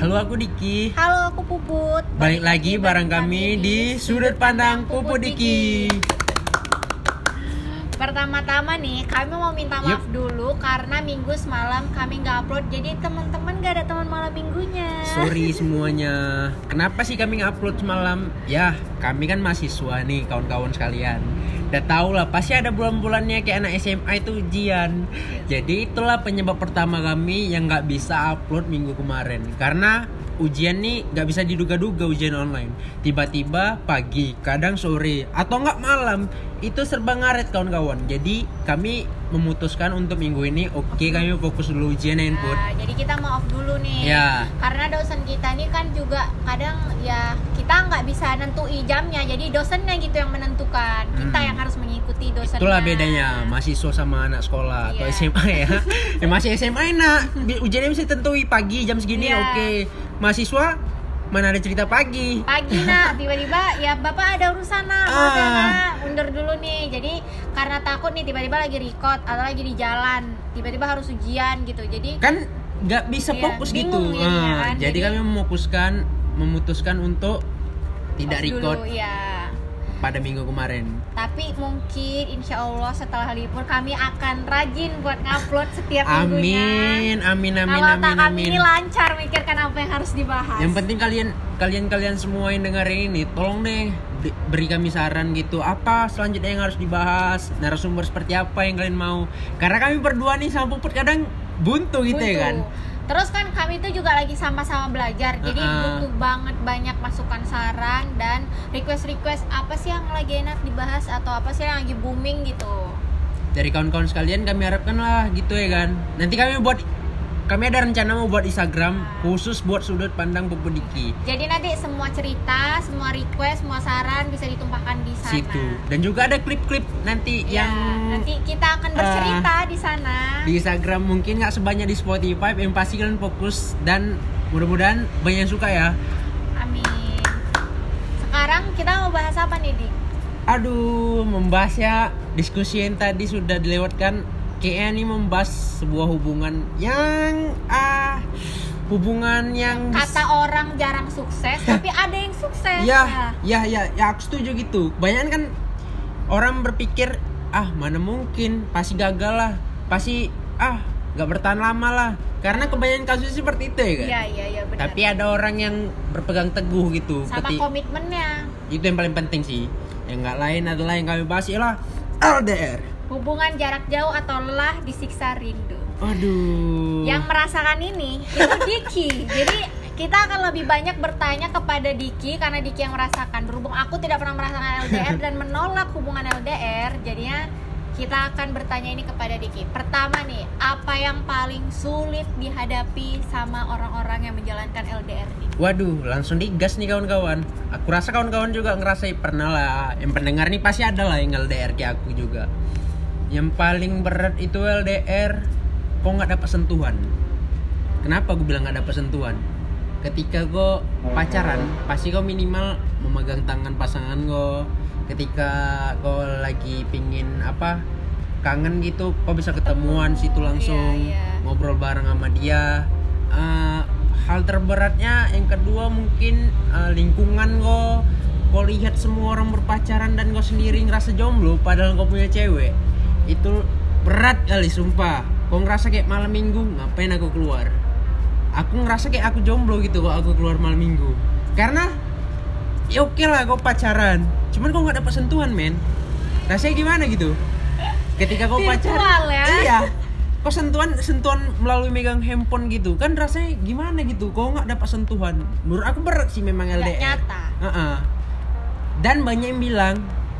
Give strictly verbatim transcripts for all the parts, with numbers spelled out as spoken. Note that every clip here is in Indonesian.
Halo, aku Diki. Halo, aku Puput. Balik lagi bareng kami di Sudut Pandang Puput Diki. Pertama-tama nih, kami mau minta maaf Yup. dulu karena minggu semalam kami nggak upload. Jadi teman-teman gak ada teman malam minggunya. Sorry semuanya. Kenapa sih kami nge-upload semalam? Ya, kami kan mahasiswa nih, kawan-kawan sekalian. Udah tau lah, pasti ada bulan-bulannya kayak anak S M A itu ujian. Jadi itulah penyebab pertama kami yang nggak bisa upload minggu kemarin. Karena ujian nih nggak bisa diduga-duga ujian online. Tiba-tiba pagi, kadang sore, atau nggak malam. Itu serba ngaret kawan-kawan. Jadi kami memutuskan untuk minggu ini oke okay, kami fokus dulu ujian ya input. Nah, jadi kita mau off dulu nih. Ya. Karena dosen kita nih kan juga kadang ya kita nggak bisa nentuin jamnya. Jadi dosennya gitu yang menentukan. Kita Hmm. yang harus mengikuti dosennya. Itulah bedanya mahasiswa sama anak sekolah atau Iya. S M A ya. Ya masih S M A enak. Bi- Ujiannya bisa tentuin pagi jam segini Iya. oke. Mahasiswa mana ada cerita pagi. Pagi nak, tiba-tiba ya bapak ada urusan nak, Ah. maaf ya, nak, undur dulu nih. Jadi karena takut nih tiba-tiba lagi record atau lagi di jalan, tiba-tiba harus ujian gitu. Jadi Kan nggak bisa Iya, fokus bingung gitu. jadinya Ah, kan. jadi, Jadi- kami memutuskan memutuskan untuk tidak off record dulu, ya. pada minggu kemarin. Tapi mungkin insya Allah setelah libur kami akan rajin buat ngupload setiap minggunya. Amin, amin, amin, Kalau amin, tak kami amin. ini lancar mikirkan apa yang harus dibahas. Yang penting kalian kalian kalian semua yang dengerin ini tolong deh be- beri kami saran gitu apa selanjutnya yang harus dibahas, narasumber seperti apa yang kalian mau, karena kami berdua nih sama Puput kadang buntu gitu ya kan. Buntu. Terus kan kami itu juga lagi sama-sama belajar. Jadi Uh-uh. butuh banget banyak masukan saran dan request-request apa sih yang lagi enak dibahas atau apa sih yang lagi booming gitu. Dari kawan-kawan sekalian kami harapkan lah gitu ya kan. Nanti kami buat kami ada rencana mau buat Instagram khusus buat Sudut Pandang Puput Diki Jadi nanti semua cerita, semua request, semua saran bisa ditumpahkan di sana. situ, dan juga ada klip-klip nanti Ya, yang nanti kita akan bercerita di sana. di Instagram, mungkin nggak sebanyak di Spotify, yang pasti kalian fokus dan mudah-mudahan banyak yang suka ya. Amin. Sekarang kita mau bahas apa nih, Dik? Aduh, membahas ya diskusi yang tadi sudah dilewatkan. Kayaknya nih membahas sebuah hubungan yang ah hubungan yang Kata orang jarang sukses, tapi ada yang sukses. ya ya ya ya aku setuju gitu. Banyak kan orang berpikir ah mana mungkin pasti gagal lah, pasti ah nggak bertahan lama lah, karena kebanyakan kasus seperti itu ya kan. Iya, iya, iya, benar. Tapi ada orang yang berpegang teguh gitu. Sama Keti- komitmennya. itu yang paling penting sih. Yang nggak lain adalah yang kami bahas ialah L D R. Hubungan jarak jauh atau lelah disiksa rindu. Aduh. Yang merasakan ini itu Diki. Jadi kita akan lebih banyak bertanya kepada Diki karena Diki yang merasakan. Berhubung aku tidak pernah merasakan L D R dan menolak hubungan L D R, jadinya kita akan bertanya ini kepada Diki. Pertama nih, apa yang paling sulit dihadapi sama orang-orang yang menjalankan L D R ini? Waduh, langsung digas nih kawan-kawan. Aku rasa kawan-kawan juga ngerasain pernah lah. Yang pendengar nih pasti ada lah yang L D R kayak aku juga. Yang paling berat itu L D R, kok nggak dapat sentuhan. Kenapa gue bilang nggak dapat sentuhan? Ketika gue pacaran, pasti kau minimal memegang tangan pasangan gue. Ketika kau lagi pingin apa kangen gitu, kau bisa ketemuan situ langsung, Iya, iya. ngobrol bareng sama dia. Eh, hal terberatnya yang kedua mungkin eh, lingkungan kau. Kau lihat semua orang berpacaran dan kau sendiri ngerasa jomblo padahal kau punya cewek. Itu berat kali sumpah. Kau ngerasa kayak malam minggu ngapain aku keluar. Aku ngerasa kayak aku jomblo gitu kalau aku keluar malam minggu. Karena ya oke lah kau pacaran, cuman kau nggak dapat sentuhan men. Rasanya gimana gitu? Ketika kau Virtual pacaran, ya? iya. Kau sentuhan sentuhan melalui megang handphone gitu kan rasanya gimana gitu? Kau nggak dapat sentuhan. Menurut aku berat sih memang L D R. Nggak nyata. Uh-uh. Dan banyak yang bilang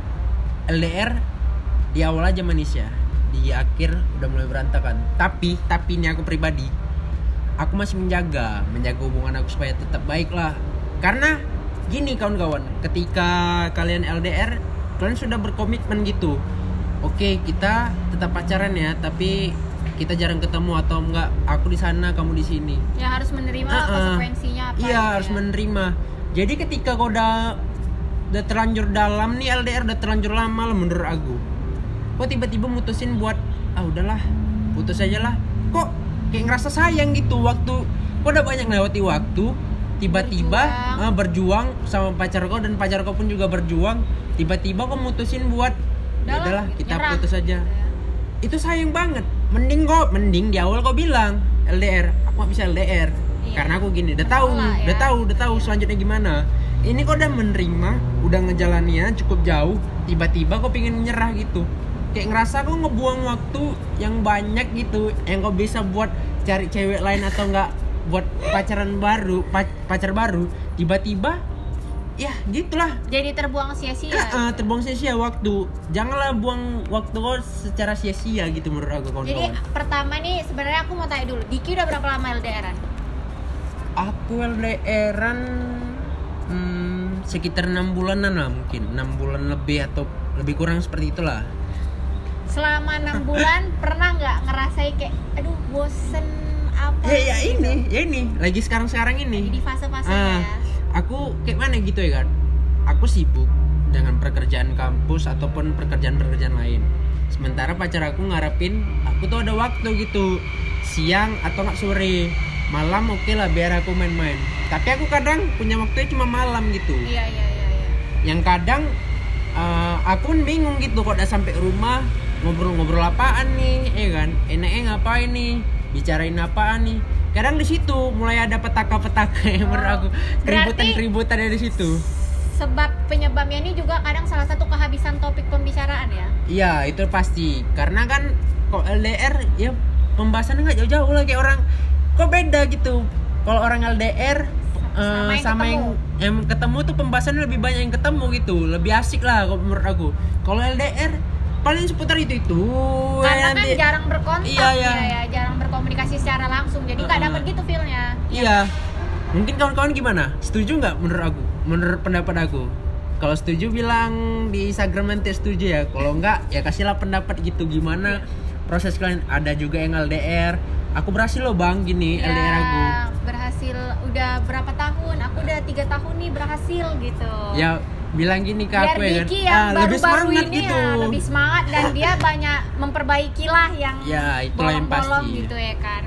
L D R di awal aja manis ya, di akhir udah mulai berantakan. Tapi tapi ini aku pribadi, aku masih menjaga menjaga hubungan aku supaya tetap baik lah. Karena gini kawan-kawan, ketika kalian L D R, kalian sudah berkomitmen gitu. Oke, kita tetap pacaran ya, tapi kita jarang ketemu atau enggak aku di sana, kamu di sini. Ya harus menerima Uh-uh. konsekuensinya apa. Iya, gitu harus ya. menerima. Jadi ketika kau udah udah terlanjur dalam nih L D R, udah terlanjur lama lah menurut aku. Kok tiba-tiba mutusin buat ah udahlah, putus aja lah. Kok kayak ngerasa sayang gitu waktu kau udah banyak lewati waktu, tiba-tiba Berjuang. eh, berjuang sama pacar kau dan pacar kau pun juga berjuang, tiba-tiba kau mutusin buat ya Udahlah, udahlah kita nyerah. putus aja. Gitu ya. Itu sayang banget. Mending kok, mending di awal kau bilang L D R, aku gak bisa L D R. Iya. Karena aku gini, udah tahu, Menolak ya. udah tahu, udah tahu selanjutnya gimana. Ini kok udah menerima, udah ngejalannya cukup jauh, tiba-tiba kok pengen nyerah gitu. Kayak ngerasa kok ngebuang waktu yang banyak gitu, yang kau bisa buat cari cewek lain atau enggak buat pacaran baru, pac- pacar baru, tiba-tiba ya gitulah. Jadi terbuang sia-sia. Uh, terbuang sia-sia waktu. Janganlah buang waktu kau secara sia-sia gitu menurut aku Jadi kawan-kawan. pertama nih sebenarnya aku mau tanya dulu, Diki udah berapa lama L D R-an? Aku L D R-an hmm, sekitar enam bulanan lah mungkin, enam bulan lebih atau lebih kurang seperti itulah. Selama enam bulan pernah nggak ngerasain kayak aduh bosen apa? Ya ya gitu? ini, ya ini lagi sekarang-sekarang Lagi ini. di fase-fasenya Ah, ya. aku kayak mana gitu ya kan. Aku sibuk dengan pekerjaan kampus ataupun pekerjaan-pekerjaan lain. Sementara pacar aku ngarepin aku tuh ada waktu gitu, siang atau nggak sore, malam oke lah biar aku main-main. Tapi aku kadang punya waktunya cuma malam gitu. Iya iya iya iya. Yang kadang uh, aku pun bingung gitu kok udah sampai rumah ngobrol-ngobrol apaan nih, ya kan? Enaknya ngapain nih? Bicarain apaan nih? Kadang di situ mulai ada petaka-petaka yang menurut aku, keributan-keributan dari situ. Sebab penyebabnya ini juga kadang salah satu kehabisan topik pembicaraan ya. Iya, itu pasti. Karena kan kok L D R ya pembahasannya nggak jauh-jauh lah kayak orang. Kok beda gitu. Kalau orang L D R Sama eh, yang sama yang, yang ketemu tuh pembahasannya lebih banyak yang ketemu gitu. Lebih asik lah kalau menurut aku. Kalau L D R paling seputar itu-itu. Karena kan nanti- jarang berkontak Iya, iya. ya, ya, jarang berkomunikasi secara langsung. Jadi nggak Uh-uh. dapet gitu feel-nya. Iya. Mungkin kawan-kawan gimana? Setuju nggak menurut aku? Menurut pendapat aku? Kalau setuju bilang di Instagram nanti setuju ya. Kalau nggak ya kasihlah pendapat gitu gimana proses kalian. Ada juga yang L D R. Aku berhasil loh bang gini Ya, L D R aku. berhasil udah berapa tahun? Aku udah tiga tahun nih berhasil gitu. Ya bilang gini ke Biar aku ya kan. Diki yang lebih baru-baru semangat ini gitu. ya lebih semangat dan dia banyak memperbaiki lah yang Ya, itulah yang bolong-bolong pasti. gitu ya kan.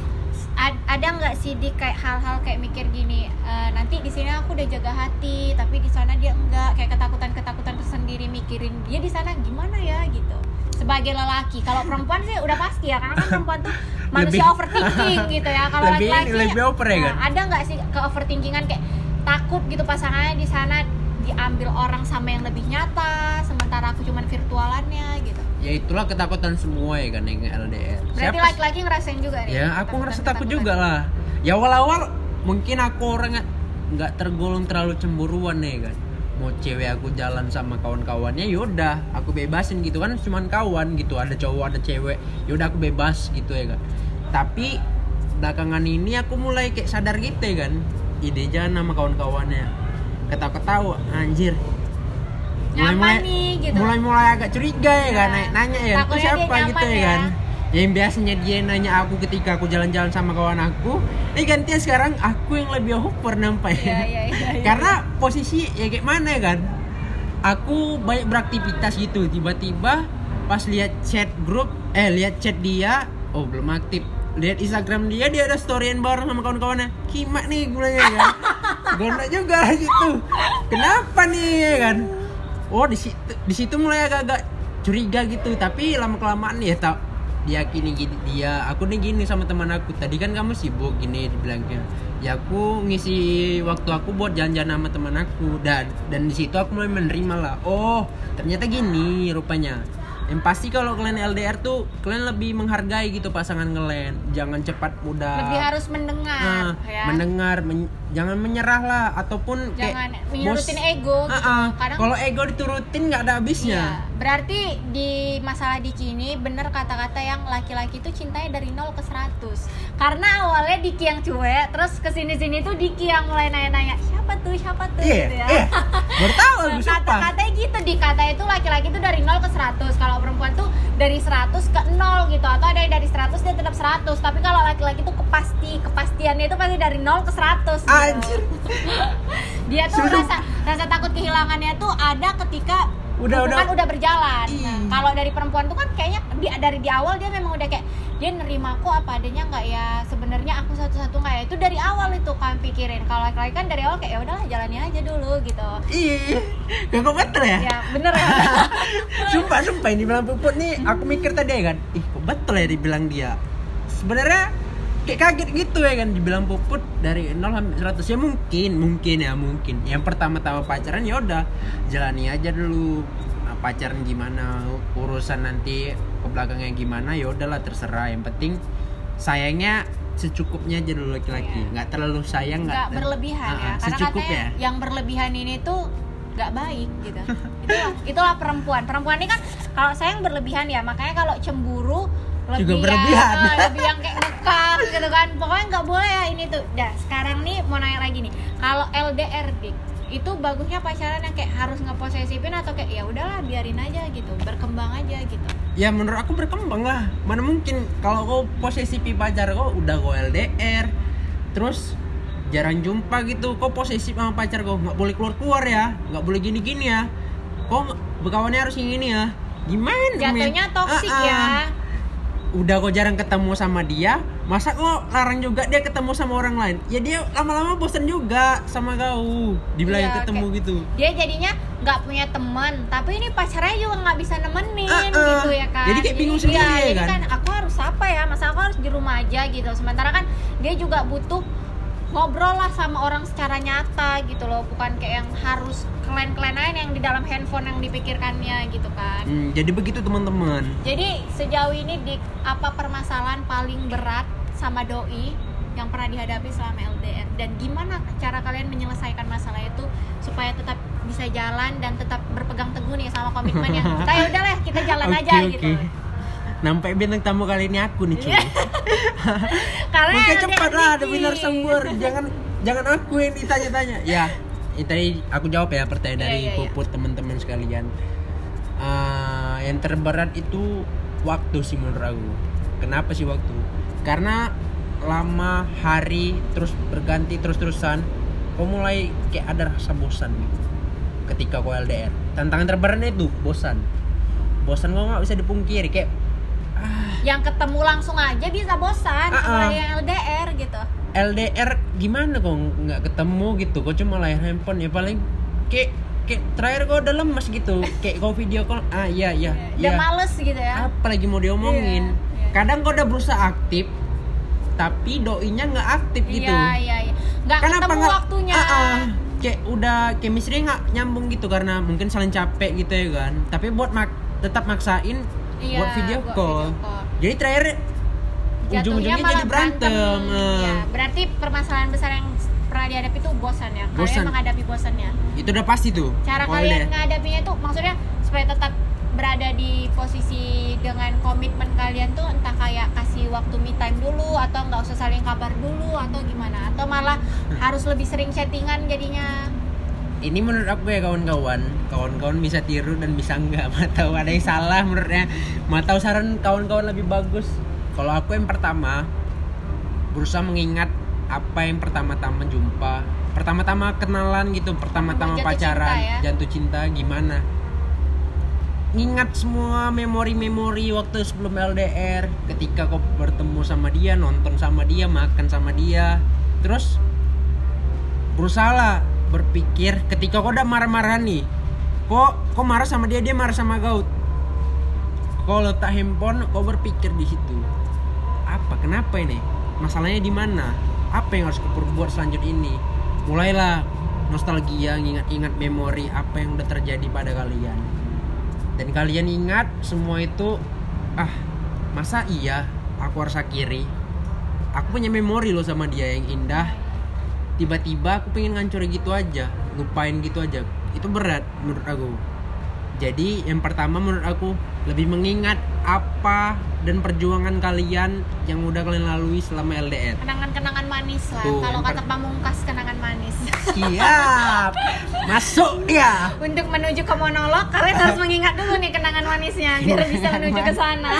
Ad- ada nggak sih di kayak hal-hal kayak mikir gini, "Eh, nanti di sini aku udah jaga hati tapi di sana dia enggak, kayak ketakutan-ketakutan tersendiri mikirin dia di sana gimana ya gitu." Sebagai lelaki, kalau perempuan sih udah pasti ya, karena kan perempuan tuh manusia Lebih- overthinking gitu ya. Kalau Lebih- laki-laki lebih over ya nah, kan? ada nggak sih ke overthinkingan kayak takut gitu pasangannya di sana diambil orang sama yang lebih nyata, sementara aku cuman virtualannya gitu. Ya itulah ketakutan semua ya kan yang L D R. Berarti Siapa- laki-laki ngerasain juga nih. Ya aku ngerasa takut ketakutan-ketakutan. juga lah. Ya awal-awal mungkin aku orang nggak tergolong terlalu cemburuan ya kan. Mau cewek aku jalan sama kawan-kawannya yaudah aku bebasin gitu kan, cuman kawan gitu, ada cowok ada cewek yaudah aku bebas gitu ya kan. Tapi belakangan ini aku mulai kayak sadar gitu ya kan, ide jalan sama kawan-kawannya ketawa-ketawa anjir. Nyaman nih gitu. Mulai-mulai agak curiga ya kan, Nah, nanya ya, itu takutnya dia siapa nyaman gitu ya ya. kan. Yang biasanya dia nanya aku ketika aku jalan-jalan sama kawan aku, ini gantian sekarang aku yang lebih over nampak Iya, ya. iya, iya, iya. Karena posisi ya kayak mana ya kan, aku banyak beraktivitas gitu, tiba-tiba pas lihat chat grup, eh lihat chat dia, oh belum aktif. Lihat Instagram dia, dia ada storyin bareng sama kawan-kawannya. Kimak nih gue ya kan. Gondok juga gitu. Kenapa nih ya kan? Oh di situ di situ mulai agak-agak curiga gitu, tapi lama kelamaan ya tau dia gini gini dia aku nih gini sama teman aku, tadi kan kamu sibuk gini dibilangnya, ya aku ngisi waktu aku buat jalan-jalan sama teman aku, dan dan di situ aku mulai menerima lah, oh ternyata gini rupanya. Yang pasti kalau kalian L D R tuh kalian lebih menghargai gitu pasangan kalian, jangan cepat mudah Lebih harus mendengar Nah, ya. mendengar men- jangan menyerah lah ataupun Jangan kayak menurutin bos- ego gitu. Ah, ah. Kadang Kalau ego diturutin nggak ada habisnya. iya. Berarti di masalah Diki ini bener kata-kata yang laki-laki itu cintanya dari nol ke seratus. Karena awalnya Diki yang cuek, terus kesini-sini tuh Diki yang mulai nanya-nanya, siapa tuh, siapa tuh Iya, gitu ya. iya. Baru tahu aku sumpah. Kata-katanya gitu, dikata itu laki-laki itu dari nol ke seratus. Kalau perempuan tuh dari seratus ke nol gitu, atau ada yang dari seratus dia tetap seratus. Tapi kalau laki-laki tuh kepasti, kepastiannya itu pasti dari nol ke seratus gitu. Anjir. Dia tuh Sumpah. rasa rasa takut kehilangannya tuh ada ketika udah hubungan udah udah berjalan. Ih. Nah, kalau dari perempuan tuh kan kayaknya di, dari di awal dia memang udah kayak dia nerima aku apa adanya nggak ya, sebenarnya aku satu-satu nggak ya, itu dari awal itu kan pikirin. Kalau laki-laki kan dari awal kayak ya udahlah jalani aja dulu gitu. Iya, gak kok betul ya? Ya bener ya. Sumpah, sumpah ini bilang Puput nih, aku mikir tadi ya kan, ih kok betul ya dibilang dia. Sebenarnya kayak kaget gitu ya kan dibilang Puput dari nol sampai seratus ya mungkin, mungkin ya mungkin. Yang pertama-tama pacaran ya udah jalani aja dulu. Nah, pacaran gimana, urusan nanti ke belakangnya gimana ya udahlah terserah. Yang penting sayangnya secukupnya aja dulu laki-laki, nggak terlalu sayang, nggak berlebihan ya, karena katanya yang berlebihan ini tuh nggak baik gitu. itulah itulah perempuan perempuan ini kan kalau sayang berlebihan ya, makanya kalau cemburu lebih juga yang, berlebihan. uh, lebih yang kayak ngekang gitu kan, pokoknya nggak boleh ya ini tuh. Dah sekarang nih mau nanya lagi nih, kalau L D R Dik itu bagusnya pacaran yang kayak harus ngeposesifin atau kayak ya udahlah biarin aja gitu, berkembang aja gitu? Ya menurut aku berkembang lah. Mana mungkin kalau kau posesif pacar kau udah kau L D R terus jarang jumpa gitu, kau posesif sama pacar kau, nggak boleh keluar keluar ya, nggak boleh gini gini ya, kau berkawannya harus yang ini ya, gimana? Jatuhnya toksik uh-uh. ya. Udah kau jarang ketemu sama dia, masa kau larang juga dia ketemu sama orang lain? Ya dia lama-lama bosan juga sama kau, dibilangin Iya, ketemu kayak gitu. Dia jadinya nggak punya teman, tapi ini pacarnya juga nggak bisa nemenin Uh-uh. gitu ya kan. Jadi kayak bingung sendiri iya, ya jadi kan? kan aku harus apa ya, masa aku harus di rumah aja gitu. Sementara kan dia juga butuh ngobrol lah sama orang secara nyata gitu loh, bukan kayak yang harus klan-klan lain yang di dalam handphone yang dipikirkannya gitu kan. Hmm, jadi begitu teman-teman. Jadi sejauh ini Dik, apa permasalahan paling berat sama doi yang pernah dihadapi selama L D R, dan gimana cara kalian menyelesaikan masalah itu supaya tetap bisa jalan dan tetap berpegang teguh nih sama komitmennya? Kayak udahlah kita jalan okay, aja okay. gitu. Nampak bintang tamu kali ini aku nih cuy. Karena Oke L D R cepat lah, ada Diki. benar sembur. Jangan jangan aku yang ditanya-tanya. Ya, ini tadi aku jawab ya pertanyaan Iya, dari iya, iya. Puput teman-teman sekalian. Uh, yang terberat itu waktu sih menurut aku. Kenapa sih waktu? Karena lama hari terus berganti terus-terusan, kau mulai kayak ada rasa bosan gitu. Ketika kau L D R, tantangan terberatnya itu bosan. Bosan kau nggak bisa dipungkiri, kayak ah, yang ketemu langsung aja bisa bosan, Uh-uh. apalagi yang L D R gitu. L D R gimana kok nggak ketemu gitu, kok cuma layar handphone ya paling kayak kayak terakhir kok udah lemes gitu, kayak kau video call ah iya iya Udah iya males gitu ya. apalagi mau diomongin. Iya, iya. Kadang kau udah berusaha aktif tapi doinya nggak aktif gitu. Iya iya iya. Nggak ketemu nggak- waktunya. uh-uh, kayak udah chemistry nggak nyambung gitu karena mungkin saling capek gitu ya kan, tapi buat mak- tetap maksain Iya, buat video buat call. video call. Jadi terakhir Jatuhnya ujung-ujungnya malah jadi berantem. Iya, Eh, berarti permasalahan besar yang pernah dihadapi itu bosan ya. Kalian Bosan. menghadapi bosannya. itu udah pasti tuh. Cara Kalau kalian deh. menghadapinya tuh maksudnya supaya tetap berada di posisi dengan komitmen kalian tuh, entah kayak kasih waktu me time dulu atau nggak usah saling kabar dulu atau gimana, atau malah harus lebih sering chattingan jadinya. Ini menurut aku ya kawan-kawan, kawan-kawan bisa tiru dan bisa enggak, mau tahu ada yang salah menurutnya, mau tahu saran kawan-kawan lebih bagus. Kalau aku yang pertama berusaha mengingat apa yang pertama-tama jumpa, pertama-tama kenalan gitu, pertama-tama Jatuh pacaran, cinta ya. jatuh cinta gimana. Ingat semua memori-memori waktu sebelum L D R, ketika kau bertemu sama dia, nonton sama dia, makan sama dia, terus berusaha lah berpikir ketika kau udah marah-marahan nih, kok kau marah sama dia, dia marah sama kau, kau letak handphone, kau berpikir di situ apa, kenapa ini, masalahnya di mana, apa yang harus kau perbuat selanjutnya ini. Mulailah nostalgia, ingat-ingat memori apa yang udah terjadi pada kalian, dan kalian ingat semua itu. Ah, masa iya aku harus akhiri, aku punya memori loh sama dia yang indah, tiba-tiba aku pengen ngancurin gitu aja, lupain gitu aja. Itu berat menurut aku. Jadi yang pertama menurut aku lebih mengingat apa dan perjuangan kalian yang udah kalian lalui selama L D R. Kenangan-kenangan manis lah. Tuh, Kalau yang kata per- Pamungkas, kenangan manis. Siap, masuk dia. Untuk menuju ke monolog, kalian harus mengingat dulu nih kenangan manisnya biar bisa menuju ke sana.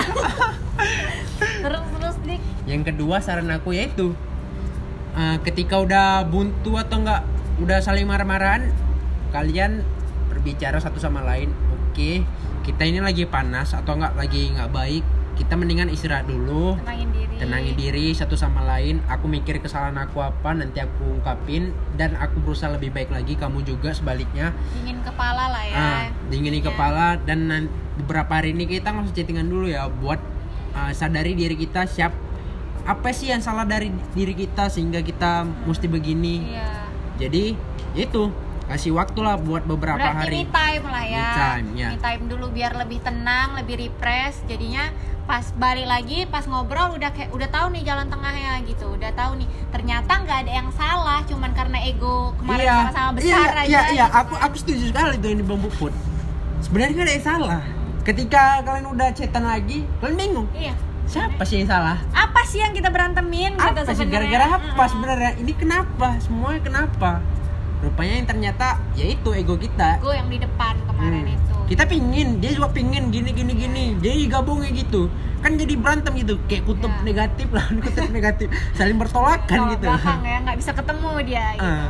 Terus terus Dik. Yang kedua saran aku yaitu uh, ketika udah buntu atau enggak udah saling marah-marahan, kalian berbicara satu sama lain. oke, kita ini lagi panas atau nggak lagi nggak baik, kita mendingan istirahat dulu, tenangin diri tenangin diri satu sama lain. Aku mikir kesalahan aku apa, nanti aku ungkapin dan aku berusaha lebih baik lagi. Kamu juga sebaliknya, dingin kepala lah ya. ah, dinginin Ya. kepala. Dan nan- beberapa hari ini kita nggak usah chattingan dulu ya, buat uh, sadari diri kita, siap apa sih yang salah dari diri kita sehingga kita mesti begini. Iya. Jadi itu kasih waktu lah buat beberapa Berarti hari. me time lah ya. Me time, ya. Me time dulu biar lebih tenang, lebih refresh. Jadinya pas balik lagi, pas ngobrol udah kayak udah tahu nih jalan tengahnya gitu. Udah tahu nih. Ternyata nggak ada yang salah, cuman karena ego kemarin Iya, sama-sama besar iya, aja. Iya, iya, gitu aku kan. aku setuju sekali tuh ini Bang Puput. Sebenarnya nggak ada yang salah. Ketika kalian udah chatan lagi, kalian bingung. Iya. Siapa sih yang salah? Apa sih yang kita berantemin gitu Apa sih sebenarnya? gara-gara apa Mm-mm. sebenarnya? Ini kenapa? Semuanya kenapa? Rupanya yang ternyata yaitu ego kita. Ego yang di depan kemarin Hmm. itu. Kita pingin, dia juga pingin gini gini gini. Jadi gabungnya gitu. Kan jadi berantem gitu, kayak kutub Ya. negatif lawan kutub negatif, saling bertolakan Tolak gitu. belakang ya, nggak bisa ketemu dia gitu. Ah.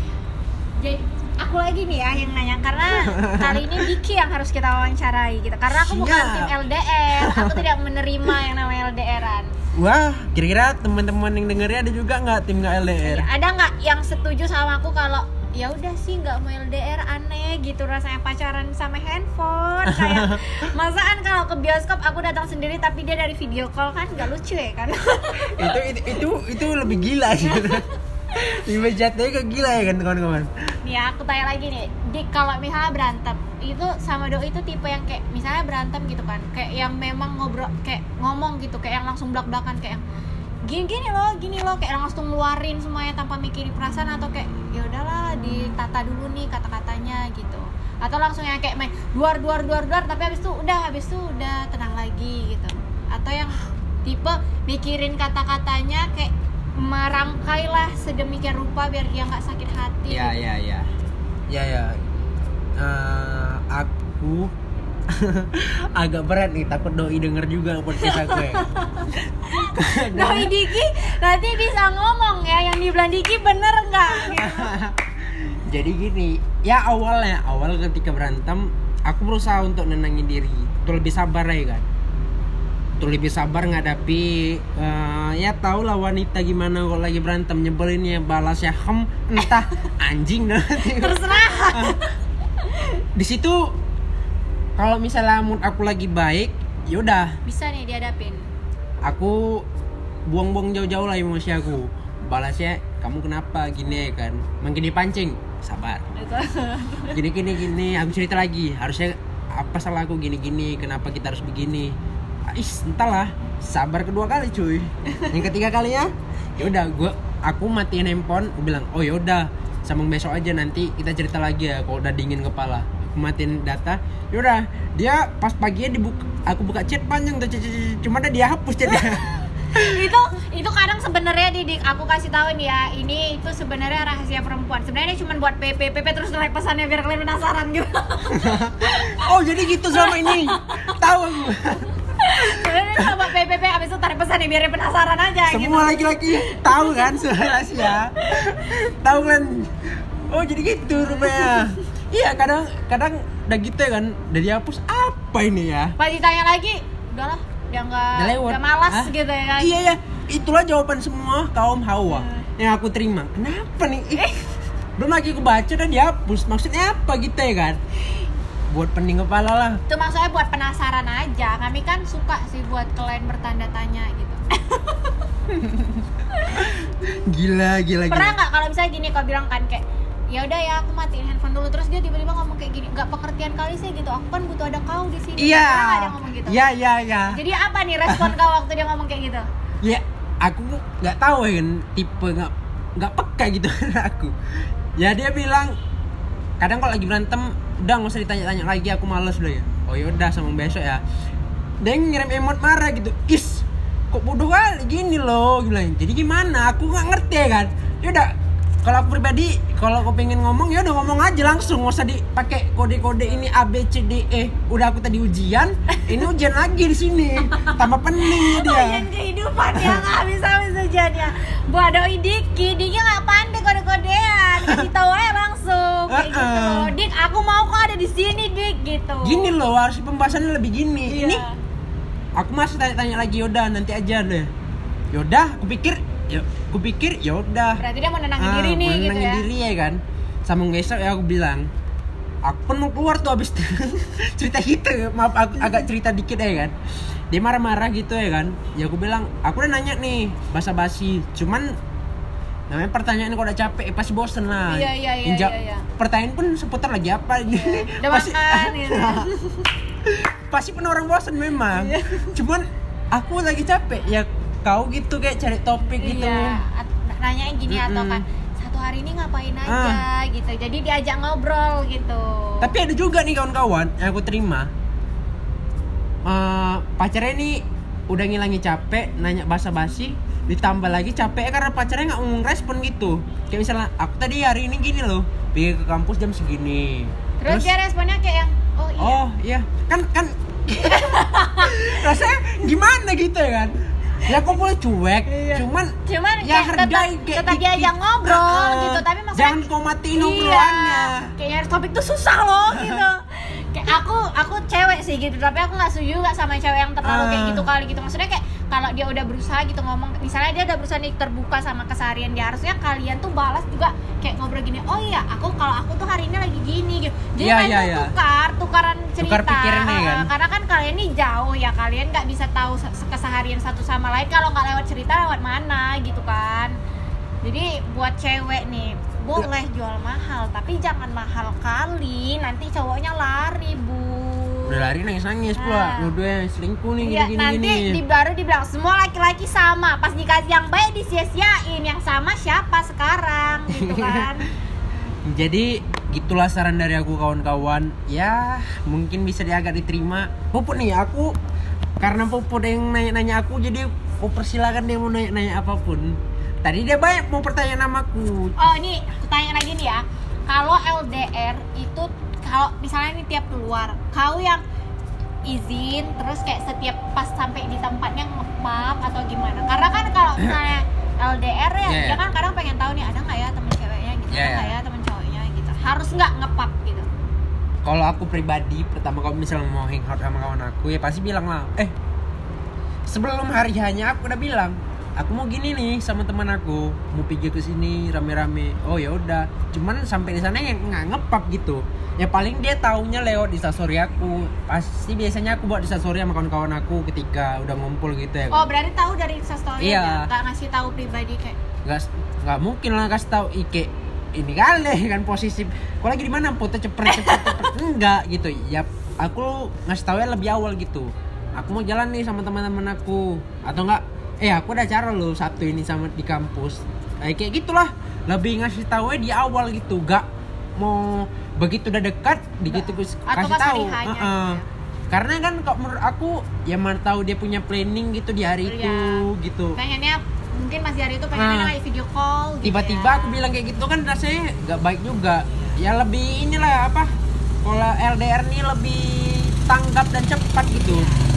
Jadi aku lagi nih ya yang nanya, karena kali ini Diki yang harus kita wawancarai gitu. Karena aku bukan Siap. tim L D R, aku tidak menerima yang namanya L D R-an. Wah, kira-kira teman-teman yang dengernya ada juga nggak tim nggak L D R? Ya, ada nggak yang setuju sama aku kalau ya udah sih nggak mau L D R, aneh gitu rasanya pacaran sama handphone. Kayak masaan kalau ke bioskop aku datang sendiri tapi dia dari video call, kan nggak lucu ya kan? itu, itu itu itu lebih gila sih. Lebih jatuhnya ke gila ya kan kawan-kawan. Nih ya, aku tanya lagi nih, Dik, kalau misalnya berantem itu sama Doi itu tipe yang kayak misalnya berantem gitu kan, kayak yang memang ngobrol, kayak ngomong gitu, kayak yang langsung belak-belakan, kayak yang gini gini loh, gini loh, kayak langsung ngeluarin semuanya tanpa mikirin perasaan, atau kayak ya udahlah ditata dulu nih kata-katanya gitu, atau langsung yang kayak main duar duar duar duar tapi habis itu udah habis itu udah tenang lagi gitu, atau yang tipe mikirin kata-katanya kayak merangkailah sedemikian rupa biar dia nggak sakit hati. Ya ya ya, ya ya. Eh, aku agak berat nih, takut Doi denger juga podcast aku ya. Doi Diki nanti bisa ngomong ya, yang dibilang Diki bener nggak? Gitu. Jadi gini, ya awalnya awal ketika berantem, aku berusaha untuk nenangin diri, untuk lebih sabar ya kan, untuk lebih sabar ngadapi. Uh, ya tau lah wanita gimana kalau lagi berantem, nyebelinnya balasnya hem entah anjing nanti. Terserah. Di situ kalau misalnya mood aku lagi baik, yaudah Bisa nih dihadapin. aku buang-buang jauh-jauh lah emosi aku. Balasnya kamu kenapa gini ya kan, makin dipancing, sabar. Gini gini gini, aku cerita lagi, harusnya apa salah aku gini gini, kenapa kita harus begini. Is, entahlah, sabar kedua kali cuy. Yang ketiga kalinya, ya udah gua aku matiin handphone, aku bilang, "Oh ya udah, sambung besok aja, nanti kita cerita lagi ya kalau udah dingin kepala." Aku matiin data. Ya udah, dia pas paginya dibuka, aku buka chat panjang tuh, chat, chat, chat, cuma ada dia hapus chatnya. itu itu kadang sebenarnya Didik, aku kasih tahu nih ya, ini itu sebenarnya rahasia perempuan. Sebenarnya dia cuma buat P P P P terus like pesannya biar kalian penasaran gitu. Oh, jadi gitu selama ini. Tahu aku. Sebenarnya dia sama P P P abis itu tarik pesannya biar dia penasaran aja. Semua gitu. laki-laki tahu kan soal rahasia. Tahu kan? Oh, jadi gitu rupanya. Iya, kadang kadang udah gitu ya kan, udah dihapus apa ini ya? Pas ditanya lagi, udahlah, dia nggak, Udah lewat. udah malas Hah? gitu ya kan. Iya ya, itulah jawaban semua kaum Hawa Hmm. yang aku terima. Kenapa nih? Ih, belum lagi aku baca dan dihapus. Maksudnya apa gitu ya kan? Buat pening kepala lah. Itu maksudnya buat penasaran aja. Kami kan suka sih buat klien bertanda tanya gitu. Gila, gila, gila. Pernah nggak kalau misalnya gini kau bilang kan kayak ya udah ya aku matiin handphone dulu, terus dia tiba-tiba ngomong kayak gini, nggak pengertian kali sih gitu, aku kan butuh ada kau di sini. Iya. Pernah nggak dia ngomong gitu? Iya, iya, iya. Jadi apa nih respon kau waktu dia ngomong kayak gitu? Ya, aku nggak tahu ya kan, tipe nggak nggak peka gitu aku. Ya dia bilang, kadang kalau lagi berantem, udah nggak usah ditanya-tanya lagi, aku males udah ya. Oh yaudah, sama besok ya. Dia ngirim emot marah gitu. Is, kok bodoh kali gini loh, bilang. Jadi gimana? Aku nggak ngerti ya kan. Yaudah, kalau aku pribadi, kalau aku pengen ngomong ya udah ngomong aja langsung, nggak usah dipakai kode-kode ini A B C D E. Udah aku tadi ujian, ini ujian lagi di sini. Tambah peningnya dia. Ujian kehidupan ya nggak bisa habis ujiannya. Buat Doi Diki, Diki nggak pandai kode-kodean kasih tahu aja langsung kayak Uh-uh. gitu loh. Dik, aku mau kok ada di sini, Dik, gitu. Gini loh, harus pembahasannya lebih gini. Iya. Ini aku masih tanya-tanya lagi, yaudah nanti aja deh. Yaudah, aku pikir, ya, aku pikir yaudah. Berarti dia mau nenangin Ah, diri nih mau gitu nenangin ya. diri ya kan. Sama ngesok ya aku bilang, aku pun mau keluar tuh abis cerita gitu. Maaf aku agak cerita dikit ya kan. Dia marah-marah gitu ya kan. Ya aku bilang, aku udah nanya nih basa-basi. Cuman namanya pertanyaan kalau udah capek, eh, pasti bosen lah. Iya, iya, iya, Injak- iya, iya. Pertanyaan pun seputar lagi apa. Udah Pasti- makan gitu. pasti pun orang bosen memang. Iya. Cuman aku lagi capek ya, kau gitu kayak cari topik gitu. Iya, at- nanyain gini atau Mm-mm. kan satu hari ini ngapain aja Ah. gitu. Jadi diajak ngobrol gitu. Tapi ada juga nih kawan-kawan yang aku terima, eh pacarnya ini udah ngilangi capek, nanya basa-basi, ditambah lagi capek karena pacarnya nggak mau respon gitu. Kayak misalnya aku tadi hari ini gini loh, pergi ke kampus jam segini. Terus, dia responnya kayak yang oh iya. oh iya kan kan rasanya gimana gitu ya kan. Ya aku boleh cuek, Iya. cuman Cuman ya kayak hargai tetap, kayak tetap di- diajak di- ngobrol Ah, gitu. Tapi maksudnya jangan kau matiin obrolannya. Iya, kayak nyari topik tuh susah loh gitu. Kayak aku aku cewek sih gitu, tapi aku nggak setuju nggak sama cewek yang terlalu kayak Ah. gitu kali gitu. Maksudnya kayak kalau dia udah berusaha gitu ngomong, misalnya dia udah berusaha nih terbuka sama keseharian dia, harusnya kalian tuh balas juga kayak ngobrol gini. Oh iya, aku kalau aku tuh hari ini lagi gini gitu. Jadi Iya, kalian iya, tuh iya. tukar tukaran cerita. Tukar pikirannya Ah, kan. karena kan kalian nih jauh ya, kalian nggak bisa tahu se- keseharian satu sama lain kalau nggak lewat cerita, lewat mana gitu kan. Jadi buat cewek nih boleh jual mahal, tapi jangan mahal kali, nanti cowoknya lari bu. Udah lari nangis-nangis pula, Nah. nuduh selingkuh nih Iya, gini-gini nanti gini. di baru dibilang semua laki-laki sama, pas dikasih yang baik disia-siain, yang sama siapa sekarang gitu kan. Jadi gitulah saran dari aku kawan-kawan. Ya mungkin bisa dia agak diterima. Puput nih aku, karena Puput yang nanya-nanya aku, jadi aku persilakan dia mau nanya-nanya apapun. Tadi dia banyak mau pertanyaan sama aku. Oh ini aku tanya lagi nih ya, kalau L D R itu kalau misalnya nih tiap keluar, kau yang izin terus kayak setiap pas sampai di tempatnya ngepap atau gimana? Karena kan kalau misalnya L D R ya, Yeah, dia kan kadang pengen tahu nih ada nggak ya temen ceweknya gitu, Yeah, ada nggak yeah. ya temen cowoknya gitu, harus nggak ngepap gitu? Kalau aku pribadi, pertama kalau misalnya mau hangout sama kawan aku, ya pasti bilang lah, eh sebelum hari hanya aku udah bilang, aku mau gini nih sama teman aku, mau pergi ke sini rame-rame. Oh ya udah, cuman sampai di sana yang nggak ngepap gitu. Ya paling dia taunya lewat di instastory aku. Pasti biasanya aku buat di instastory sama kawan-kawan aku ketika udah ngumpul gitu ya. Oh berarti tahu dari instastory Iya. aja, nggak ngasih tahu pribadi kayak Nggak nggak mungkin lah kasih tahu Ike ini kali kan posisi. Kau lagi di mana? Foto cepet cepet cepet. Enggak gitu. Ya aku ngasih tahu ya lebih awal gitu. Aku mau jalan nih sama teman-teman aku, atau enggak? Eh aku ada acara loh Sabtu ini sama di kampus. Eh, kayak gitulah. Lebih ngasih tahu di awal gitu. Gak mau begitu udah dekat, begitu atau kasih pas tahu. hari hanya Heeh. gitu ya. Karena kan kok menurut aku ya mana tahu dia punya planning gitu di hari Iya. itu gitu. pengennya mungkin masih hari itu pengennya Ah. kayak video call gitu Tiba-tiba ya. aku bilang kayak gitu kan rasanya gak baik juga. Ya lebih inilah apa, kalau L D R nih lebih tanggap dan cepat gitu.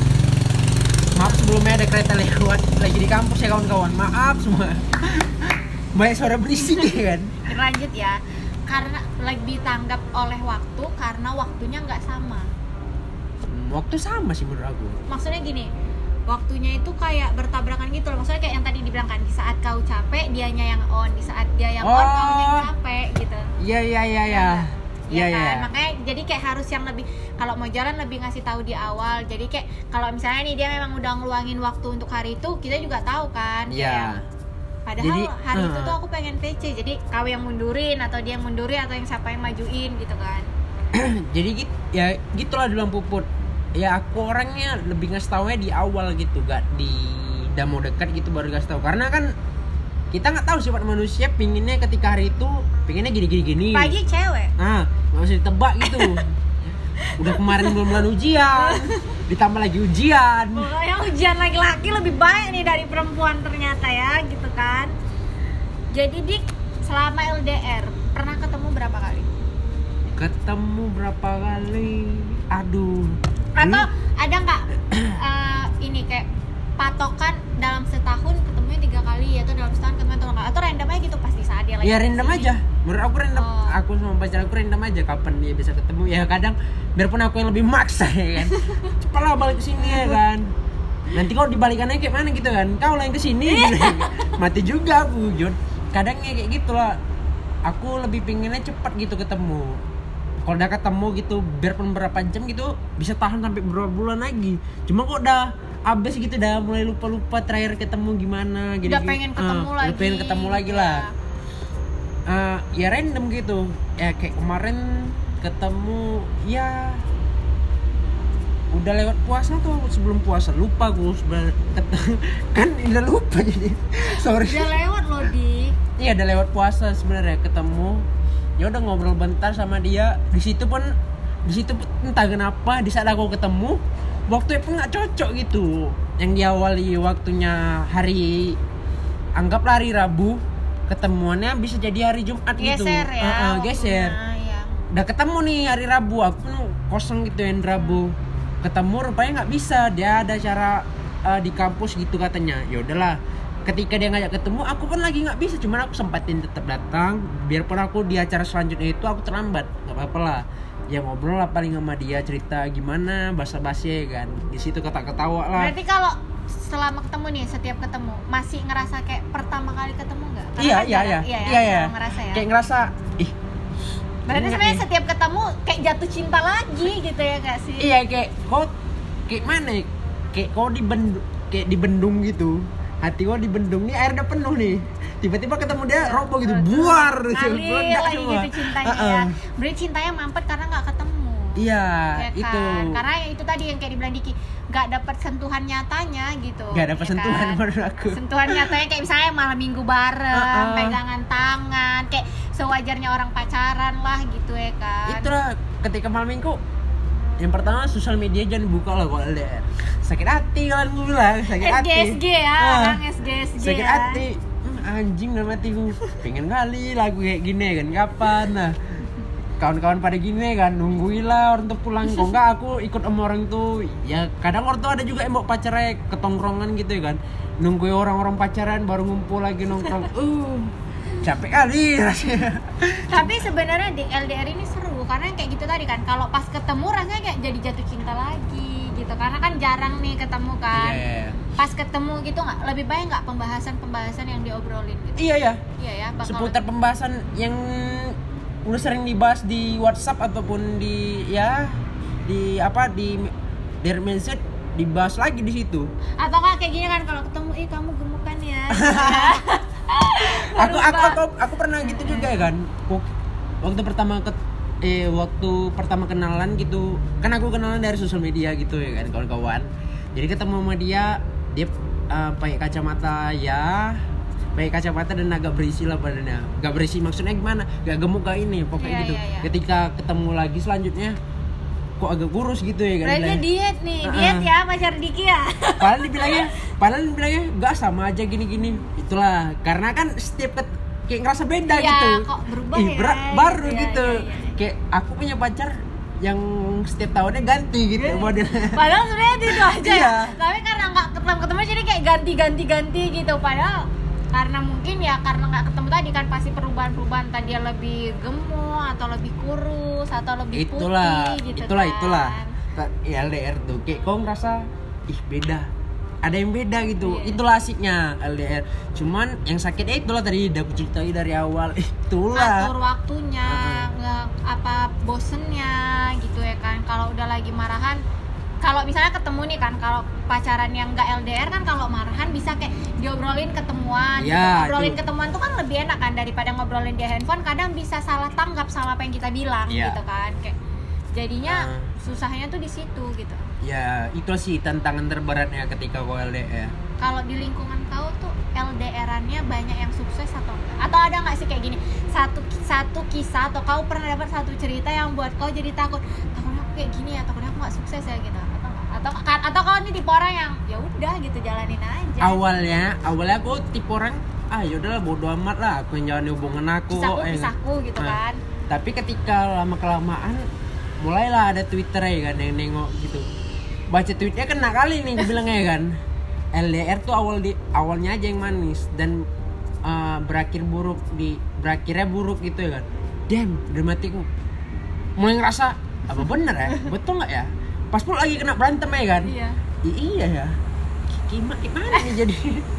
Maaf sebelumnya ada kereta lewat lagi di kampus ya kawan-kawan. Maaf semua. Banyak suara berisik ya kan. Lanjut ya, karena lebih tanggap oleh waktu karena waktunya nggak sama. Hmm, Waktu sama sih menurut aku. Maksudnya gini, waktunya itu kayak bertabrakan gitu loh. Maksudnya kayak yang tadi dibilang kan, di saat kau capek dianya yang on, di saat dia yang on Oh. kau yang capek gitu. Iya iya iya iya. Iya Iya kan, iya. makanya jadi kayak harus yang lebih, kalau mau jalan lebih ngasih tahu di awal. Jadi kayak kalau misalnya nih dia memang udah ngeluangin waktu untuk hari itu, kita juga tahu kan. Iya. Kayak, padahal Jadi, hari itu uh. tuh aku pengen P C, jadi kau yang mundurin atau dia yang mundurin atau yang siapa yang majuin gitu kan. Jadi gitu ya, gitulah bilang Puput. Ya aku orangnya lebih ngasih taunya di awal gitu, gak di udah mau dekat gitu baru kasih tahu. Karena kan kita nggak tahu sifat manusia, pinginnya ketika hari itu pinginnya gini-gini gini. Pagi cewek. Nah, nggak usah ditebak gitu. Udah kemarin belum bulan ujian, ditambah lagi ujian. Pokoknya ujian laki-laki lebih baik nih dari perempuan ternyata ya gitu kan. Jadi Dik, selama L D R pernah ketemu berapa kali? Ketemu berapa kali? Aduh. Atau ada nggak eh, ini kayak patokan dalam setahun ketemunya tiga kali, atau dalam setahun ketemu tiga kali, atau random aja gitu pasti saat dia lagi Ya random kesini. aja. Menurut aku random, Oh. aku sama pacar aku random aja kapan dia bisa ketemu. Ya kadang biarpun aku yang lebih maksa ya kan. Cepatlah balik ke sini ya kan. Nanti kalau dibalikannya kayak mana gitu kan. Kau lah yang kesini gitu. Mati juga aku, Jod. Kadangnya kayak gitulah. Aku lebih pinginnya cepat gitu ketemu. Kalau udah ketemu gitu, biarpun berapa jam gitu, bisa tahan sampai beberapa bulan lagi. Cuma kok udah abis gitu, dah mulai lupa-lupa terakhir ketemu gimana. Gini, Udah pengen ketemu uh, lagi. Udah pengen ketemu lagi lah. Uh, ya random gitu. Ya kayak kemarin ketemu, ya udah lewat puasa tuh, sebelum puasa lupa gue sebenarnya. Kan udah lupa jadi. Sorry. Udah lewat loh, Dik. Iya, udah lewat puasa sebenarnya ketemu. Ya udah ngobrol bentar sama dia. Di situ pun di situ pun entah kenapa di saat aku ketemu waktunya pun nggak cocok gitu. Yang diawali waktunya hari anggaplah hari Rabu, ketemuannya bisa jadi hari Jumat gitu. Geser ya. Uh, uh, geser. waktunya, ya. Udah ketemu nih hari Rabu, aku pun kosong gitu yang Rabu. Ketemu rupanya nggak bisa, dia ada acara uh, di kampus gitu katanya. Ya udahlah. Ketika dia ngajak ketemu, aku pun lagi nggak bisa, cuman aku sempatin tetap datang. Biarpun aku di acara selanjutnya itu aku terlambat, nggak apa-apa lah. Ya ngobrol lah paling sama dia, cerita gimana, basa-basi kan. Di situ kata-ketawa lah. Berarti kalau selama ketemu nih, setiap ketemu masih ngerasa kayak pertama kali ketemu nggak? Karena Iya kan iya jarang- iya. iya, ya, Iya iya. selalu ngerasa ya. Kayak ngerasa, ih. Berarti ingat sebenarnya nih. setiap ketemu kayak jatuh cinta lagi gitu ya nggak sih? Iya kayak kok kayak mana? ya? Kayak kok dibendung, kayak dibendung gitu. Hati gua dibendung nih, air udah penuh nih. Tiba-tiba ketemu dia roboh gitu, buar gitu, Ngalir meledak lagi semua. gitu cintanya Uh-uh. ya. Berarti cintanya mampet karena nggak ketemu. Iya, Ya kan? itu. Karena itu tadi yang kayak dibilang Diki, nggak dapat sentuhan nyatanya gitu. Gak dapat ya sentuhan kan? menurut aku. Sentuhan nyatanya kayak misalnya malam minggu bareng, Uh-uh. pegangan tangan, kayak sewajarnya orang pacaran lah gitu ya kan. Itulah ketika malam minggu. Yang pertama sosial media jangan buka lah kalau L D R. Sakit hati kan gue bilang, sakit S G hati. S G ya, Ah, orang S G S G sakit ya. hati. Hmm, anjing dalam hatiku. Pengen kali lagu kayak gini kan, kapan nah. Kawan-kawan pada gini kan, nungguin lah orang tuh pulang. Kok enggak aku ikut sama orang tuh. Ya kadang orang tuh ada juga yang mau pacarnya ketongkrongan gitu ya kan. Nungguin orang-orang pacaran baru ngumpul lagi nongkrong. Uh, capek kali rasanya. Tapi sebenarnya di L D R ini seru karena kayak gitu tadi kan. Kalau pas ketemu rasanya kayak jadi jatuh cinta lagi gitu. Karena kan jarang nih ketemu kan. Iya, Pas ketemu gitu nggak lebih baik nggak pembahasan-pembahasan yang diobrolin gitu. iya ya. Iya ya, bakal Seputar pembahasan yang udah sering dibahas di WhatsApp ataupun di ya di apa di dari mindset dibahas lagi di situ. atau nggak kayak gini kan kalau ketemu ih kamu gemukan ya. aku, aku aku aku pernah gitu juga ya kan. Waktu pertama ke eh waktu pertama kenalan gitu, kan aku kenalan dari sosial media gitu ya kan kawan-kawan. Jadi ketemu sama dia, dia uh, pakai kacamata ya, pakai kacamata dan agak berisi lah badannya. Gak berisi maksudnya gimana? Gak gemuk gak ini pokoknya Iya, gitu. iya, iya. Ketika ketemu lagi selanjutnya kok agak kurus gitu ya kan. Berarti bilangnya. diet nih, Uh-uh. diet ya pacar Diki ya. Padahal dibilangnya, padahal dibilangnya gak sama aja gini-gini. Itulah, karena kan setiap ket, kayak ngerasa beda Iya, gitu. kok berubah Ih, ya? ber- baru Iya, gitu. iya, iya. Kayak aku punya pacar yang setiap tahunnya ganti gitu modelnya. Padahal sebenarnya itu aja ya. Iya. Tapi karena nggak ketemu-ketemu jadi kayak ganti-ganti-ganti gitu. Padahal karena mungkin ya karena nggak ketemu tadi kan pasti perubahan-perubahan tadi dia lebih gemuk atau lebih kurus atau lebih Itulah, putih gitu itulah, kan. itulah. Ya L D R tuh kayak kau ngerasa ih beda. Ada yang beda gitu. Iya. Itulah asiknya L D R. Cuman yang sakitnya itulah tadi udah aku ceritain dari awal. Itulah. Atur waktunya, nggak apa bosennya gitu ya kan. Kalau udah lagi marahan, kalau misalnya ketemu nih kan, kalau pacaran yang nggak L D R kan kalau marahan bisa kayak diobrolin ketemuan. Ya, gitu. Ngobrolin itu. ketemuan tuh kan lebih enak kan daripada ngobrolin di handphone. Kadang bisa salah tanggap sama apa yang kita bilang Ya. gitu kan. Kayak jadinya Uh. susahnya tuh di situ gitu. Ya, itu sih tantangan terberatnya ketika kau L D R. Kalau di lingkungan kau tuh L D R-annya banyak yang sukses atau enggak? Atau ada nggak sih kayak gini satu satu kisah atau kau pernah dapat satu cerita yang buat kau jadi takut takutnya aku kayak gini ya takutnya aku nggak sukses ya gitu atau nggak? atau atau kau ini tipe orang yang ya udah gitu jalanin aja Awalnya, awalnya aku tipe orang ah yaudahlah bodo amat lah aku yang jalani hubungan aku. kisahku eh, kisahku gitu Nah, kan. Tapi ketika lama kelamaan mulailah ada Twitter ya kan yang nengok gitu. Baca tweetnya kena kali nih gue bilangnya kan. L D R tuh awal di awalnya aja yang manis dan uh, berakhir buruk di berakhirnya buruk gitu ya kan. Damn, dalam hatiku mulai ngerasa apa bener ya, betul nggak ya? Pas pun lagi kena berantem ya kan. Iya. I- iya ya. Gimana, gimana nih jadi?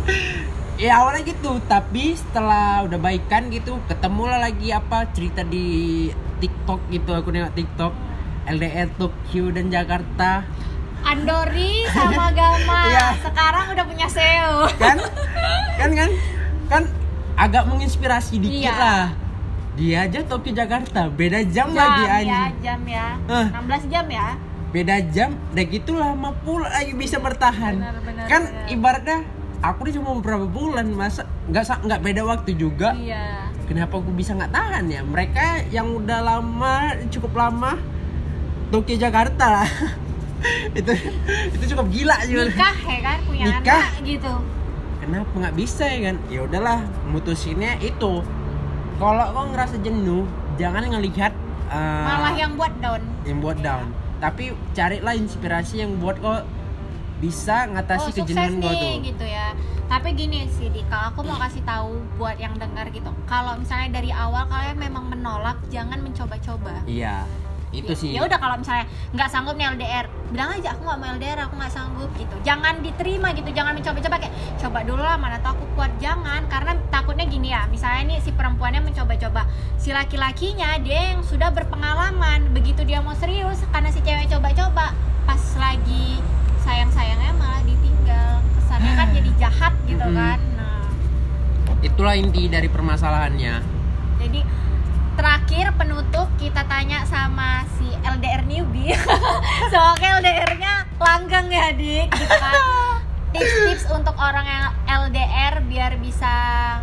Ya awalnya gitu, tapi setelah udah baikan gitu, ketemulah lagi apa cerita di TikTok gitu, aku nengok TikTok L D R Tokyo dan Jakarta. Andori sama Gama Iya. sekarang udah punya S E O. Kan? Kan kan? Kan agak menginspirasi dikit Iya. lah. Dia aja Tokyo Jakarta, beda jam, Jam lagi ya, anjing. jam ya. Hah. enam belas jam ya. Beda jam, udah gitu lama pula lagi bisa bertahan. Benar, benar, Kan benar. ibaratnya aku nih cuma beberapa bulan, masa nggak sa- nggak beda waktu juga. Iya. Kenapa gue bisa nggak tahan ya? Mereka yang udah lama, cukup lama, Tokyo Jakarta lah. itu itu cukup gila juga. Nikah ya kan, punya Nikah. anak gitu. Kenapa nggak bisa ya kan? Ya udahlah, mutusinnya itu. Kalau kau ngerasa jenuh, jangan ngelihat uh, Malah yang buat down. yang buat down. Tapi carilah inspirasi yang buat kau bisa ngatasi Oh, sukses kejenuhan kau nih tuh. gitu ya. Tapi gini sih Dika, aku mau kasih tahu buat yang dengar gitu. Kalau misalnya dari awal kalian memang menolak, jangan mencoba-coba. Iya, itu Ya- sih. Ya udah kalau misalnya nggak sanggup nih L D R, bilang aja aku nggak mau L D R, aku nggak sanggup gitu. Jangan diterima gitu, jangan mencoba-coba kayak coba dulu lah mana tahu aku kuat, jangan. Karena takutnya gini ya, misalnya nih si perempuannya mencoba-coba, si laki-lakinya dia yang sudah berpengalaman, begitu dia mau serius karena si cewek coba-coba, pas lagi sayang-sayangnya malah ditinggal, kesannya kan jadi jahat gitu Mm-mm. kan. Nah, Itulah inti dari permasalahannya. jadi terakhir penutup kita tanya sama si L D R newbie. Soalnya L D R-nya langgeng ya Dik gitu kan. Tips-tips untuk orang yang L D R biar bisa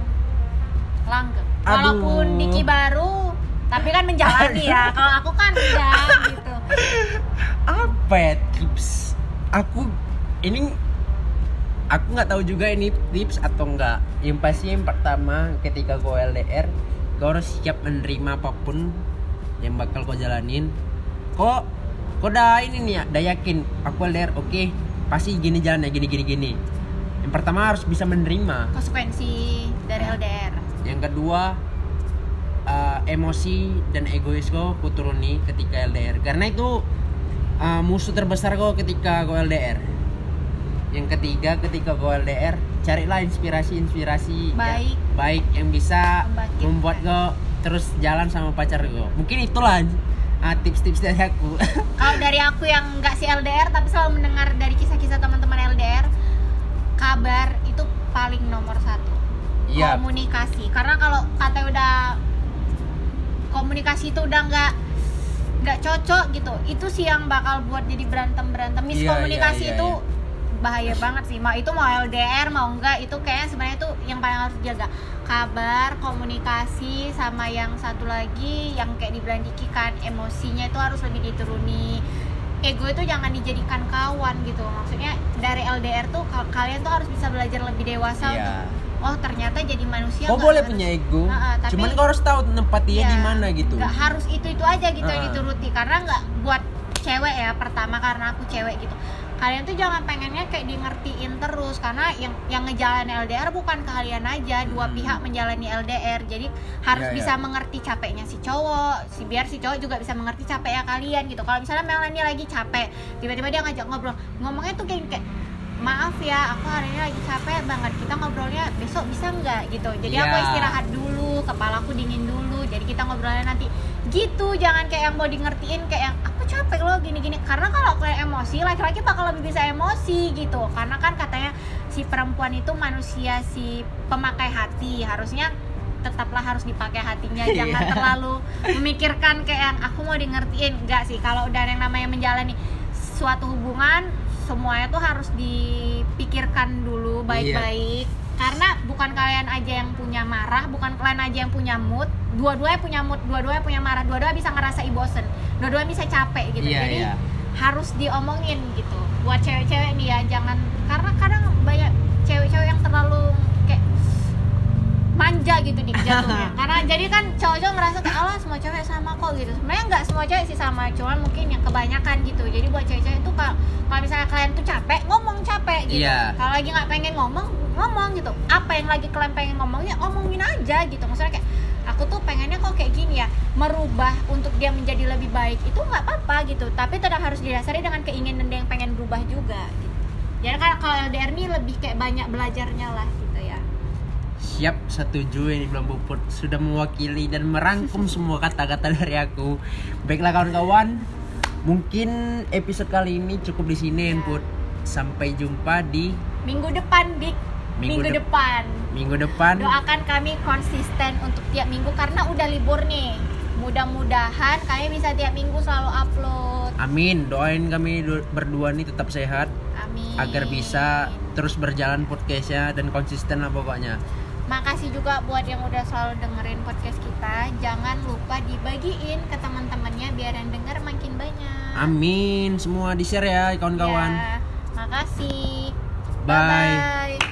langgeng. Aduh. Walaupun Diki baru tapi kan menjalani ya. Kalau aku kan enggak gitu. Apa ya tips? Aku ini aku nggak tahu juga ini tips atau enggak. Yang pasti yang pertama ketika kau L D R, kau harus siap menerima apapun yang bakal kau jalanin. Kok kau udah ini nih ya, udah yakin aku L D R, oke, pasti gini jalannya, gini gini gini. Yang pertama harus bisa menerima. Konsekuensi dari L D R. Yang kedua, uh, emosi dan egois kau kau turuni ketika L D R. Karena itu uh, musuh terbesar kau ketika kau L D R. Yang ketiga, ketika kau L D R, carilah inspirasi-inspirasi Baik. ya, baik yang bisa Membangkitkan. membuat kau terus jalan sama pacar kau. Mungkin itulah uh, tips-tips dari aku. Kalau dari aku yang nggak si L D R tapi selalu mendengar dari kisah-kisah teman-teman L D R, kabar itu paling nomor satu. Iya. Komunikasi. Karena kalau katanya udah komunikasi itu udah nggak nggak cocok gitu, itu sih yang bakal buat jadi berantem berantem. Miskomunikasi Iya, iya, iya, itu iya. bahaya banget sih. Mau itu mau L D R mau enggak, itu kayaknya sebenarnya tuh yang paling harus dijaga. Kabar, komunikasi, sama yang satu lagi yang kayak dibilang Diki kan, emosinya itu harus lebih dituruni. Ego itu jangan dijadikan kawan gitu. Maksudnya dari L D R tuh ka- kalian tuh harus bisa belajar lebih dewasa Iya. untuk oh ternyata jadi manusia Kau nggak boleh harus- punya ego, Ha-ha, tapi- cuman kau harus tahu tempat dia Iya, di mana gitu. nggak harus itu itu aja gitu yang Ha-ha. dituruti, karena nggak buat cewek ya, pertama karena aku cewek gitu, kalian tuh jangan pengennya kayak di ngertiin terus, karena yang yang ngejalanin L D R bukan kalian aja, dua Hmm. pihak menjalani L D R, jadi harus Iya, bisa iya. mengerti capeknya si cowok, si biar si cowok juga bisa mengerti capeknya kalian gitu. Kalau misalnya Melanie lagi capek, tiba-tiba dia ngajak ngobrol, ngomongnya tuh kayak kayak maaf ya, aku hari ini lagi capek banget, kita ngobrolnya besok bisa nggak gitu. Jadi Iya. aku istirahat dulu, kepalaku dingin dulu, jadi kita ngobrolnya nanti gitu. Jangan kayak yang mau di ngertiin kayak yang aku capek loh gini-gini, karena kalau kalian emosi, laki-laki bakal lebih bisa emosi gitu. Karena kan katanya si perempuan itu manusia si pemakai hati, harusnya tetaplah harus dipakai hatinya, jangan Iya. terlalu memikirkan kayak yang aku mau di ngertiin. Enggak sih, kalau udah yang namanya menjalani suatu hubungan, semuanya tuh harus dipikirkan dulu baik-baik. Karena bukan kalian aja yang punya marah, bukan kalian aja yang punya mood, dua-duanya punya mood, dua-duanya punya marah, dua-duanya bisa ngerasa bosen, dua-duanya bisa capek gitu. Iya, Jadi iya. harus diomongin gitu. Buat cewek-cewek nih ya, jangan, karena kadang banyak cewek-cewek yang terlalu kayak manja gitu di jatuhnya. Karena jadi kan cowok-cowok ngerasa kayak Allah semua cewek sama kok gitu. Sebenarnya nggak semua cewek sih sama, cuman mungkin yang kebanyakan gitu. Jadi buat cewek-cewek itu kalau kalau misalnya kalian tuh capek, ngomong capek gitu. Iya. Kalau lagi nggak pengen ngomong, ngomong gitu. Apa yang lagi kalian pengen ngomongnya, omongin aja gitu. Maksudnya kayak aku tuh pengennya kok kayak gini ya, merubah untuk dia menjadi lebih baik itu nggak apa-apa gitu. Tapi tidak harus didasari dengan keinginan dia yang pengen berubah juga gitu. Jadi kan kalau L D R nih lebih kayak banyak belajarnya lah gitu ya. Siap, setuju yang dibilang Puput. Sudah mewakili dan merangkum semua kata-kata dari aku. Baiklah kawan-kawan, mungkin episode kali ini cukup di sini, Ya. Put. Sampai jumpa di Minggu depan, Dik. Minggu Minggu, dep- depan. minggu depan. Doakan kami konsisten untuk tiap minggu karena udah libur nih. Mudah-mudahan kami bisa tiap minggu selalu upload. Amin. Doain kami du- berdua nih tetap sehat Amin. agar bisa terus berjalan podcastnya dan konsisten lah pokoknya. Makasih juga buat yang udah selalu dengerin podcast kita. Jangan lupa dibagiin ke teman-temannya biar yang denger makin banyak. Amin. Semua di-share ya kawan-kawan. Ya, makasih. Bye. Bye-bye.